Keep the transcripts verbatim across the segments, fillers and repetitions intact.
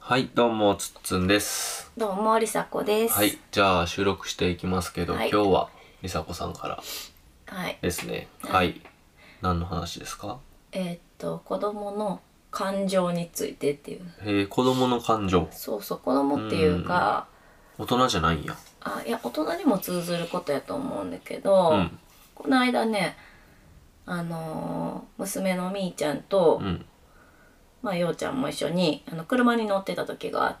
はい、どうもつっつんです。 どうもりさこです。 はい、じゃあ収録していきますけど、 はい今日はりさこさんからはいですね。 はいはい、何の話ですか？ えーっと子供の感情についてっていう。 えー、子供の感情。 そうそう、子供っていうか、 大人じゃないんや。 あ、いや大人にも通ずることやと思うんだけど、 うんこの間ね、あのー娘のみーちゃんと、 うん。 まあようちゃんも一緒にあの車に乗ってた時があって、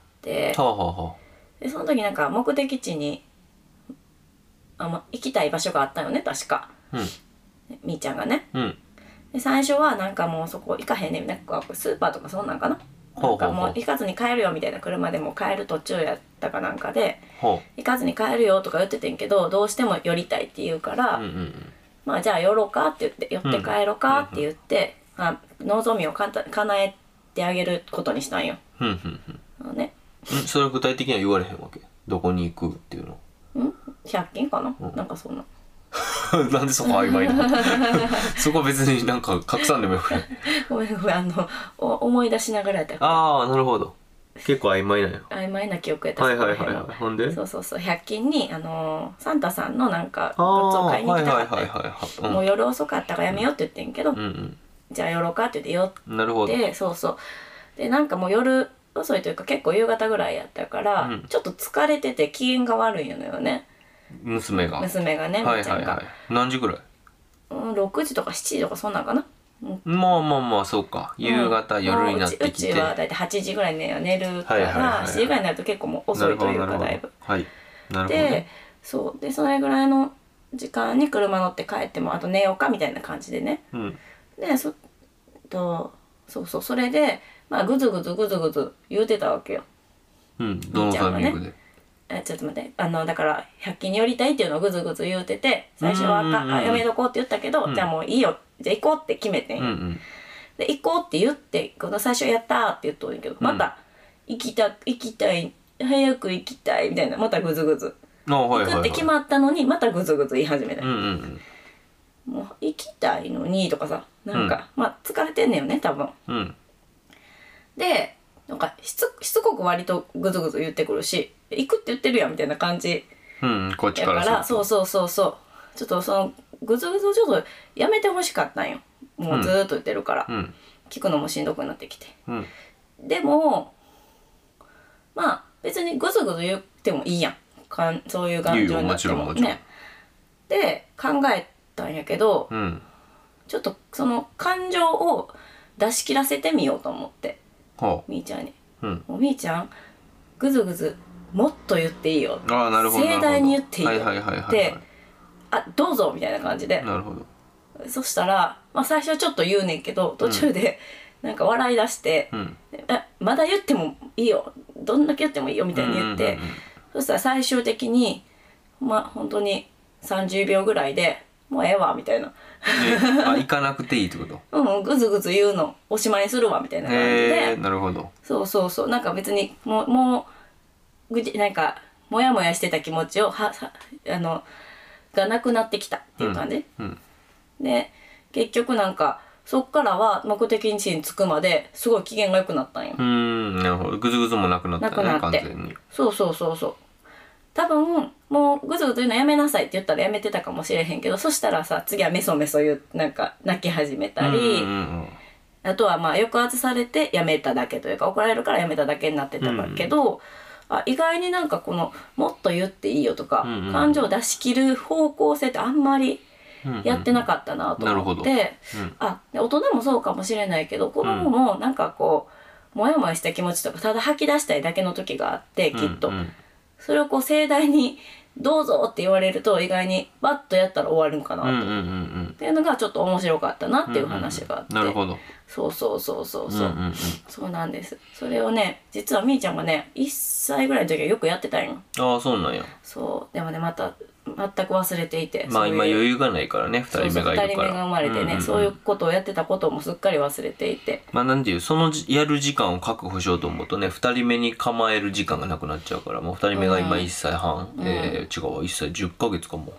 はあはあはでその時なんか目的地にあ、ま、行きたい場所があったよね、確か。 あ。 みーちゃんがね。 うんうん。 で最初はなんかもうそこ行かへんねん、なんかスーパーとかそんなんかな、なんかもう行かずに帰るよみたいな、車でも帰る途中やったかなんかでは行かずに帰るよとか言っててんけど、どうしても寄りたいって言うから、 あ。うんうんまあじゃあ寄ろうかって言って寄って帰ろうかって言って、あ望みをかた叶えてあげることにしたんよ。 うん。うんうんあのね、 うん。んそれは具体的には言われへんわけ？どこに行くっていうの。 んひゃっ均かな、なんかそんな。 なんでそこ曖昧なの？そこは別になんか拡散でもよくない？ ごめんごめん、あのお思い出しながらやったらああ、なるほど。結構曖昧なんや。 曖昧な記憶やった。 はいはいはいそこら辺はい。ほんで？ そうそうそう、ひゃっ均にあのーサンタさんのなんかグあッズをあ、 買いに行はいきたかったよ。 はいはいはいはい。 もう夜遅かったからやめようって言ってんけど、 うんうんじゃあ寄ろうかって言って寄っうん。なるほど。 て、そうそうでなんかもう夜遅いというか結構夕方ぐらいやったから、 うんちょっと疲れてて機嫌が悪いのよね、 娘が。 娘がね、みはいーちゃんが、 はいはい。何時ぐらい？ うん、ろくじとかしちじとかそんなんかな。 まあまあまあ、そうか。夕方、 うん夜になってきもううちうて。 ちはだいたいはちじぐらいに寝るかはいはいはいはいら、しちじぐらいになると結構もう遅いというかだいぶ。 はい。なるほど。 でそうでそれぐらいの時間に車乗って帰ってもあと寝ようかみたいな感じでね。 うん。 でそとそうそう、それでまあグズグズグズグズ言うてたわけよ。 うん。どのタイミングで？ えちょっと待って、あのだからひゃっ均に寄りたいっていうのをグズグズ言うてて、最初はあかうんうんうんあやめとこうって言ったけど、 うんじゃあもういいよ、じゃあ行こうって決めてんよ。 うんうん。 で行こうって言って、この最初やったーって言っとるんやけど、また行きた行きたい早く行きたいみたいな、またグズグズあ、はいはいはい。 行くって決まったのにまたグズグズ言い始めた、 うんうんもう行きたいのにとかさ、なんか、まあ疲れてんねんよね多分。 うん。うん。 でなんかしつしつこく割とグズグズ言ってくるし、行くって言ってるやんみたいな感じうん、こっちやから、 からそうそうそうそう、ちょっとそのグズグズをちょっとやめてほしかったんよ。もうずーっと言ってるから、 うん。 聞くのもしんどくなってきて。 うん。 でもまあ別にグズグズ言ってもいいやん、かんそういう感情になってもいいよもちろんもちろんね。で考えたんやけど、 うん。 ちょっとその感情を出し切らせてみようと思って、 はみーちゃんにあ。うん。 「もうみーちゃんグズグズもっと言っていいよ」 ああ、なるほど。 盛大に言っていいよはいはいはいはいはい。 で「あどうぞ」みたいな感じで、 なるほど。 そしたら、まあ、最初はちょっと言うねんけど途中でなんか笑い出してうん。 「えまだ言ってもいいよ、どんだけ言ってもいいよ」みたいに言って、 うんうんうんうん、 そしたら最終的にまあ本当にさんじゅうびょうぐらいで「もうええわ」みたいなえあ、行かなくていいってこと 「うんグズグズ言うのおしまいにするわ」みたいな感じへで、 え、なるほど。 そうそうそう、なんか別にもうもうぐじなんかモヤモヤしてた気持ちをははあのがなくなってきたっていう感じ、 うん。 で結局なんかそっからは目的地に着くまですごい機嫌が良くなったんよ。 うーん、なるほど。グズグズもなくなったね、 なくなって完全に。 そうそうそうそう、多分もうグズグズ言うのやめなさいって言ったらやめてたかもしれへんけど、そしたらさ次はメソメソ言うなんか泣き始めたり、 うんうんうんあとはまあ抑圧されてやめただけというか、怒られるからやめただけになってたけど、あ意外になんかこのもっと言っていいよとか、 うんうん感情を出し切る方向性ってあんまりうんうん。 やってなかったなと思って、 なるうんあで大人もそうかもしれないけど子供もなんかこうモヤモヤした気持ちとかただ吐き出したいだけの時があってきっと、 うんうんそれをこう盛大に「どうぞ」って言われると意外にバッとやったら終わるんかなと、 うんうんうっんていうのがちょっと面白かったなっていう話があって、 うん。なるほど。 そうそうそうそうそう、 うんうんうん。 そうなんです。それをね実はみーちゃんがねいっさいぐらいの時はよくやってたんよ。 ああ、そうなんや。 そうでもねまた全く忘れていて、 まあそういう今余裕がないからね、二人目がいるから。 そうそうふたりめが生まれてね、 んんんそういうことをやってたこともすっかり忘れていて、 まあなんていう、そのじやる時間を確保しようと思うとね、二人目に構える時間がなくなっちゃうから、もう二人目が今いっさいはん、えー、違うわ、いっさいじゅっかげつかも。 うん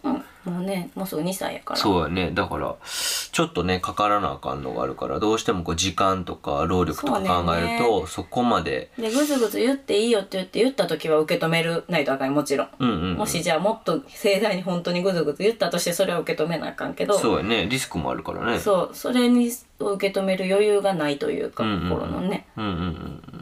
もうねもうすぐにさいやから。 そうやね。だからちょっとねかからなあかんのがあるから、どうしてもこう時間とか労力とか考えると そ,、 そこまででぐずぐず言っていいよって言って言った時は受け止めるないとあかんよもちろん、 うんうんうん、 もしじゃあもっと盛大に本当にぐずぐず言ったとしてそれを受け止めなあかんけど、 そうやね、リスクもあるからね。 そうそれに受け止める余裕がないというか、 うんうんうん、 心のね、 うんうんうん、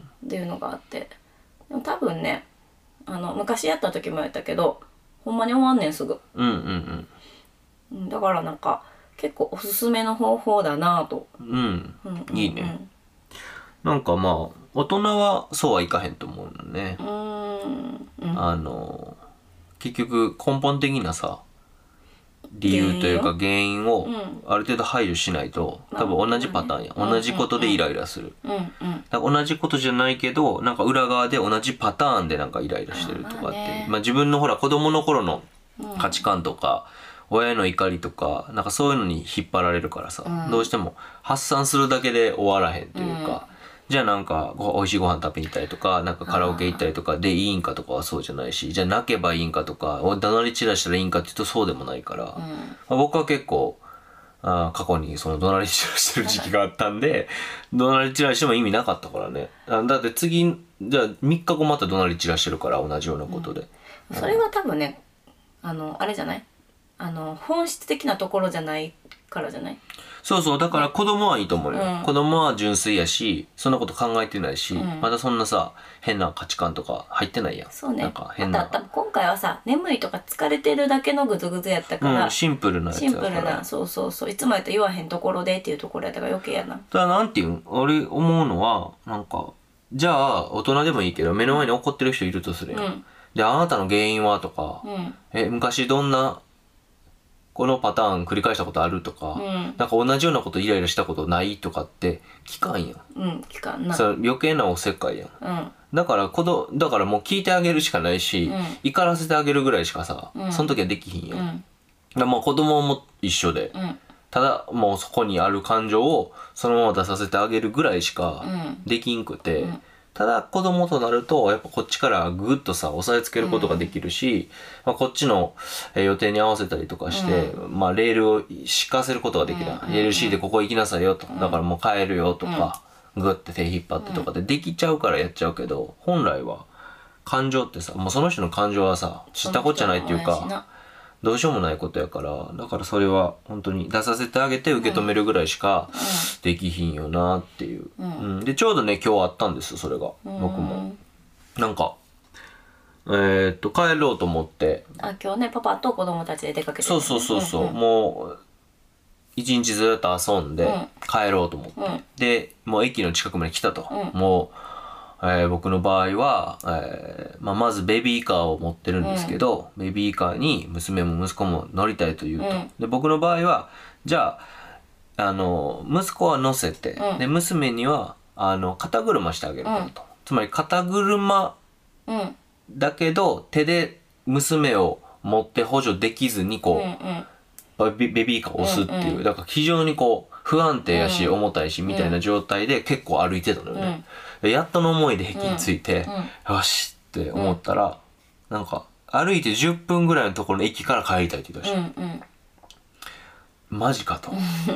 っていうのがあって、でも多分ねあの昔やった時もやったけどほんまに終わんねんすぐ、 うんうんうん、だからなんか結構おすすめの方法だなぁと、 うん、うん、 うんうんうん、 いいね。なんかまあ大人はそうはいかへんと思うのね。 うーん、うん、 あの結局根本的なさ理由というか原因をある程度排除しないと、多分同じパターンや、同じことでイライラする、 うんうん、 だから同じことじゃないけどなんか裏側で同じパターンでなんかイライラしてるとかって、 まあね、 まあ、自分のほら子供の頃の価値観とか、親への怒りとかなんかそういうのに引っ張られるからさ、 うん、 どうしても発散するだけで終わらへんというか、うん、じゃあなんかご美味しいご飯食べに行ったりとかなんかカラオケ行ったりとかでいいんかとかはそうじゃないし、じゃあ泣けばいいんかとか怒鳴り散らしたらいいんかっていうとそうでもないから、うん、まあ、僕は結構あ過去にその怒鳴り散らしてる時期があったんで怒鳴り散らしても意味なかったからね。あだって次じゃあみっかごまた怒鳴り散らしてるから同じようなことで、 うん、それは多分ねあのあれじゃないあの本質的なところじゃないからじゃない。 そうそう、だから子供はいいと思うよ、うん、子供は純粋やしそんなこと考えてないし、うん、まだそんなさ変な価値観とか入ってないやん。 そうね、 なんか変な、 また多分今回はさ眠いとか疲れてるだけのグズグズやったから、 うん、シンプルなやつやからシンプルな、そうそうそう、いつもやったら言わへんところでっていうところやったから余計やな。 だからなんていうん俺思うのはなんかじゃあ大人でもいいけど目の前に怒ってる人いるとするやん、うん、であなたの原因はとか、うん、え昔どんなこのパターン繰り返したことあるとか、うん、なんか同じようなことイライラしたことないとかって聞かんやん。 うん、聞かんな。 それ余計なおせっかいやん。うん、だから子どだからもう聞いてあげるしかないし、うん、怒らせてあげるぐらいしかさ、うん、その時はできひんやん。うん、だからまあ子供も一緒で、うん、ただもうそこにある感情をそのまま出させてあげるぐらいしかできんくて、うんうん、ただ子供となるとやっぱこっちからグッとさ押さえつけることができるし、うん、まあ、こっちの予定に合わせたりとかして、うん、まあレールを敷かせることができる、うん、エルシー でここ行きなさいよと、うん、だからもう帰るよとか、うん、グッて手引っ張ってとかでできちゃうからやっちゃうけど、本来は感情ってさもうその人の感情はさ知ったこっちゃないっていうかどうしようもないことやから、だからそれは本当に出させてあげて受け止めるぐらいしかできひんよなっていう、うんうん、でちょうどね今日あったんですそれが、うん、僕もなんかえー、っと帰ろうと思って、 あ今日ねパパと子供たちで出かけて、ね、 そうそうそうそう、うんうん、もう一日ずっと遊んで帰ろうと思って、うん、でもう駅の近くまで来たと、うん、もうえー、僕の場合は、えーまあ、まずベビーカーを持ってるんですけど、うん、ベビーカーに娘も息子も乗りたいと言うと、うん、で僕の場合はじゃあ、あの息子は乗せて、うん、で娘にはあの肩車してあげるからと、うん、つまり肩車だけど手で娘を持って補助できずにこう、うんうん、ベビーカーを押すっていう、うんうん、だから非常にこう不安定やし、うん、重たいしみたいな状態で結構歩いてたのよね、うん、やっとの思いで壁について、うん、よしって思ったら、うん、なんか歩いてじゅっぷんぐらいのところの駅から帰りたいって言い出した、うんうん、マジかと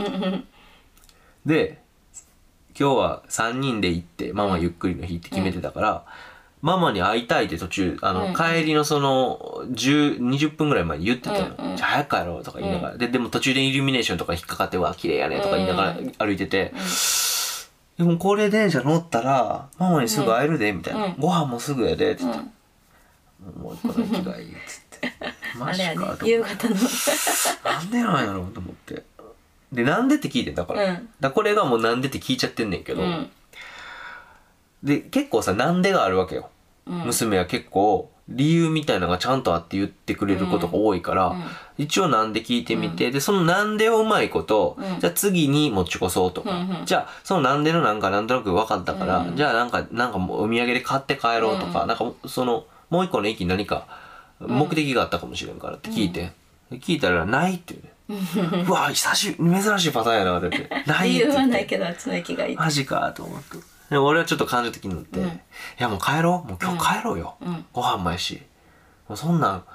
で今日はさんにんで行ってママゆっくりの日って決めてたから、うん、ママに会いたいって途中あの、うん、帰りのそのじゅう、にじゅっぷんぐらい前に言ってたの、うんうん、じゃあ早く帰ろうとか言いながら、うん、ででも途中でイルミネーションとか引っかかってわ綺麗やねとか言いながら歩いてて、うん、でもこれ電車乗ったらママにすぐ会えるでみたいな、うん、ご飯もすぐやでって言って、うん、もう一個の駅がいいっつってマジかと思って、 夕方のなんでなんやろうと思ってでなんでって聞いてんだから、うん、だからこれがもうなんでって聞いちゃってんねんけど、うん、で結構さなんでがあるわけよ、うん、娘は結構理由みたいなのがちゃんとあって言ってくれることが多いから、うん、一応なんで聞いてみて、うん、でそのなんでをうまいこと、うん、じゃあ次に持ち越そうとか、うん、じゃあそのなんでのなんかなんとなく分かったから、うん、じゃあなんかなんかもうお土産で買って帰ろうとか、うん、なんかそのもう一個の駅に何か目的があったかもしれんからって聞いて、うん、聞いたらないっていうねうわ久しぶり珍しいパターンやなって言ってないって言って理由はないけどあっちの駅がいいマジかと思ってで俺はちょっと感情的になって、うん、いやもう帰ろうもう今日帰ろうよ、うん、ご飯もやしもうそんなん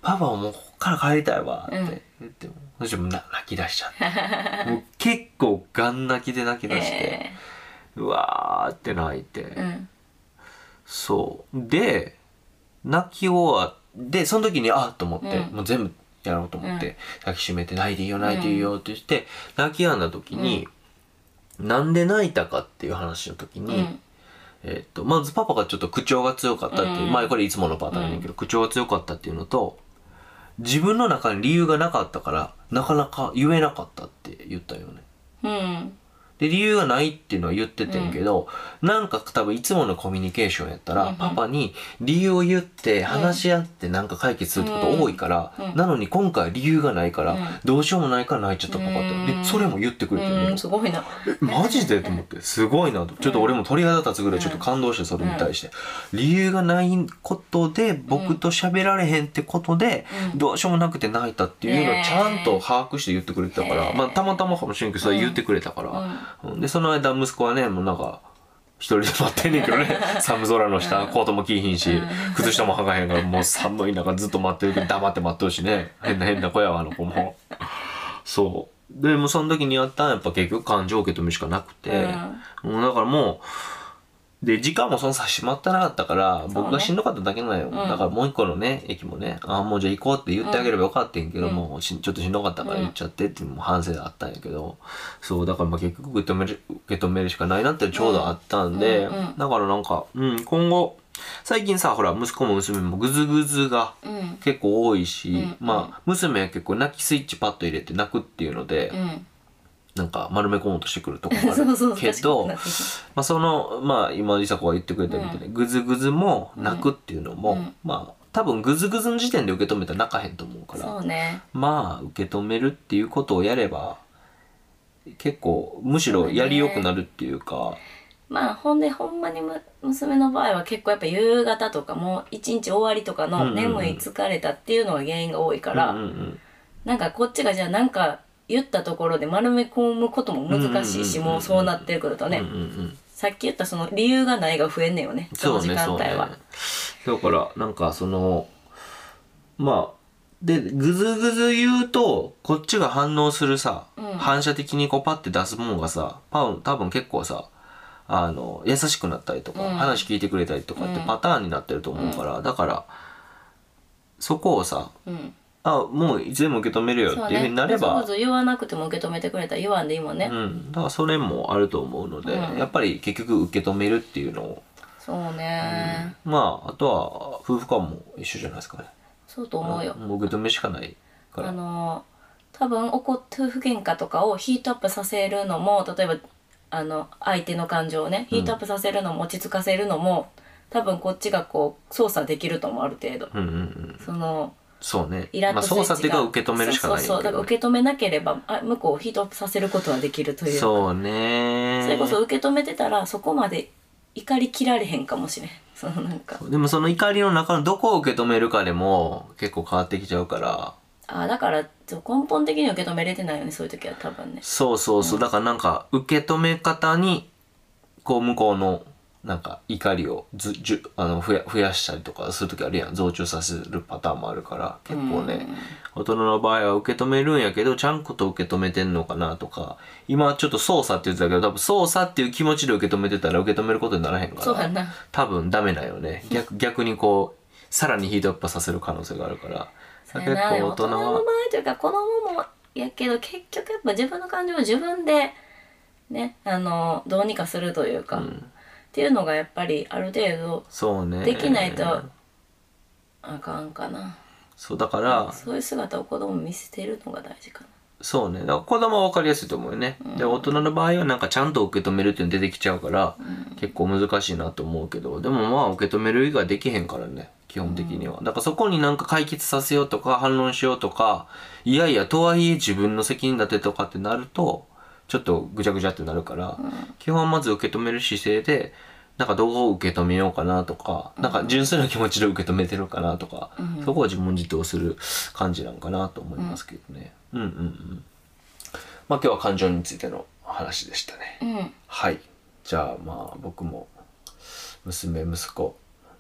パパもうこっから帰りたいわって言っても、うん、そしても泣き出しちゃってもう結構ガン泣きで泣き出して、えー、うわーって泣いて、うん、そうで泣き終わってその時にあっと思って、うん、もう全部やろうと思って、うん、抱きしめて泣いていいよ泣いていいよって言って、うん、泣き止んだ時に、うん、なんで泣いたかっていう話の時に、うんえー、とまずパパがちょっと口調が強かったっていう、うん、まあこれいつものパターンだけど、うん、口調が強かったっていうのと自分の中に理由がなかったからなかなか言えなかったって言ったよね。うんで理由がないっていうのは言っててんけど、うん、なんか多分いつものコミュニケーションやったら、うん、パパに理由を言って話し合ってなんか解決するってこと多いから、うん、なのに今回理由がないから、うん、どうしようもないから泣いちゃったパパって、うん、でそれも言ってくれてるの、 すごいなえマジでと思ってすごいなとちょっと俺も鳥肌立つぐらいちょっと感動してそれに対して、うん、理由がないことで僕と喋られへんってことで、うん、どうしようもなくて泣いたっていうのをちゃんと把握して言ってくれてたから、まあたまたまかもしれんけどそれ言ってくれたから、うんでその間息子はねもうなんか一人で待ってんねんけどね寒空の下コートも着いひんし靴下も履かへんからもう寒い中ずっと待ってるけど黙って待ってるしね変な変な子やわあの子もそうでもその時にやったんやっぱ結局感情を受け止めるしかなくて、うん、もうだからもうで時間もその差しまってなかったから僕がしんどかっただけなんよ、ねうん、だからもう一個のね駅もねああもうじゃあ行こうって言ってあげればよかったんやけど、うん、もうちょっとしんどかったから言っちゃってっていうのも反省あったんやけどそうだからまあ結局受け止める受け止めるしかないなってちょうどあったんで、うんうんうん、だからなんか、うん、今後最近さほら息子も娘もグズグズが結構多いし、うん、まあ娘は結構泣きスイッチパッと入れて泣くっていうので、うんなんか丸め込もうとしてくるとこもあるけどまあそのまあ今梨紗子が言ってくれたみたいに、うん、グズグズも泣くっていうのも、うん、まあ多分グズグズの時点で受け止めたら泣かへんと思うからそう、ね、 まあ受け止めるっていうことをやれば結構むしろやりよくなるっていうか。 まあほんでほんまにむ娘の場合は結構やっぱ夕方とかもう一日終わりとかの眠い疲れたっていうのが原因が多いから、うんうんうん、なんかこっちがじゃあなんか言ったところで丸め込むことも難しいし、もうそうなってくるとね、うんうんうん、さっき言ったその理由がないが増えんねんよね、その時間帯は。 そうね、そうね。だからなんかそのまあでグズグズ言うとこっちが反応するさ、うん、反射的にこうパッて出すもんがさ多分多分結構さあの優しくなったりとか、うん、話聞いてくれたりとかってパターンになってると思うから、うん、だからそこをさ、うんあもういつでも受け止めるよっていうふうになれば、 そうね、言わなくても受け止めてくれたら言わんでいいもんね、 うん、だからそれもあると思うので、うん、やっぱり結局受け止めるっていうのをそうね、 うん、まああとは夫婦間も一緒じゃないですかね。 そうと思うよ、 もう受け止めしかないからあの多分怒って夫婦喧嘩とかをヒートアップさせるのも例えばあの相手の感情をねヒートアップさせるのも落ち着かせるのも、うん、多分こっちがこう操作できると思うある程度、うんうんうん、そのそうね。イラッとスイッチが、まあ、操作っていうか受け止めるしかないんだけど、 そうそうそうだから受け止めなければあ向こうをヒートアップさせることはできるというかそうね。 それこそ受け止めてたらそこまで怒り切られへんかもしれんそのなんかでもその怒りの中のどこを受け止めるかでも結構変わってきちゃうからあだから根本的に受け止めれてないよねそういう時は多分ねそうそうそう、うん、だからなんか受け止め方にこう向こうのなんか怒りをずじゅあの増や、増やしたりとかする時あるやん増長させるパターンもあるから結構ね、うん、大人の場合は受け止めるんやけどちゃんこと受け止めてんのかなとか今ちょっと操作って言ってたけど多分操作っていう気持ちで受け止めてたら受け止めることにならへんからそうやな多分ダメだよね 逆, 逆にこうさらにヒートアップさせる可能性があるから結構大人は大人の場合というか子供もやけど結局やっぱ自分の感情を自分でねあのどうにかするというか、うんっていうのがやっぱりある程度そうねできないとあかんかなそうだからそういう姿を子供見せてるのが大事かなそうねだから子供は分かりやすいと思うよね、うん、で大人の場合はなんかちゃんと受け止めるっていうの出てきちゃうから、うん、結構難しいなと思うけどでもまあ受け止める以外できへんからね基本的には、うん、だからそこになんか解決させようとか反論しようとかいやいやとはいえ自分の責任だってとかってなるとちょっとぐちゃぐちゃってなるから、うん、基本はまず受け止める姿勢でなんかどう受け止めようかなとか、うん、なんか純粋な気持ちで受け止めてるかなとか、うん、そこを自問自答する感じなんかなと思いますけどね、うん、うんうんうんまあ今日は感情についての話でしたね、うん、はいじゃあまあ僕も娘息子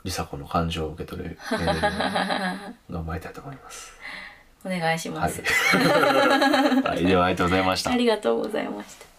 梨紗子の感情を受け取れる頑張りたいと思いますお願いします、 はい、はい、ではありがとうございましたありがとうございました。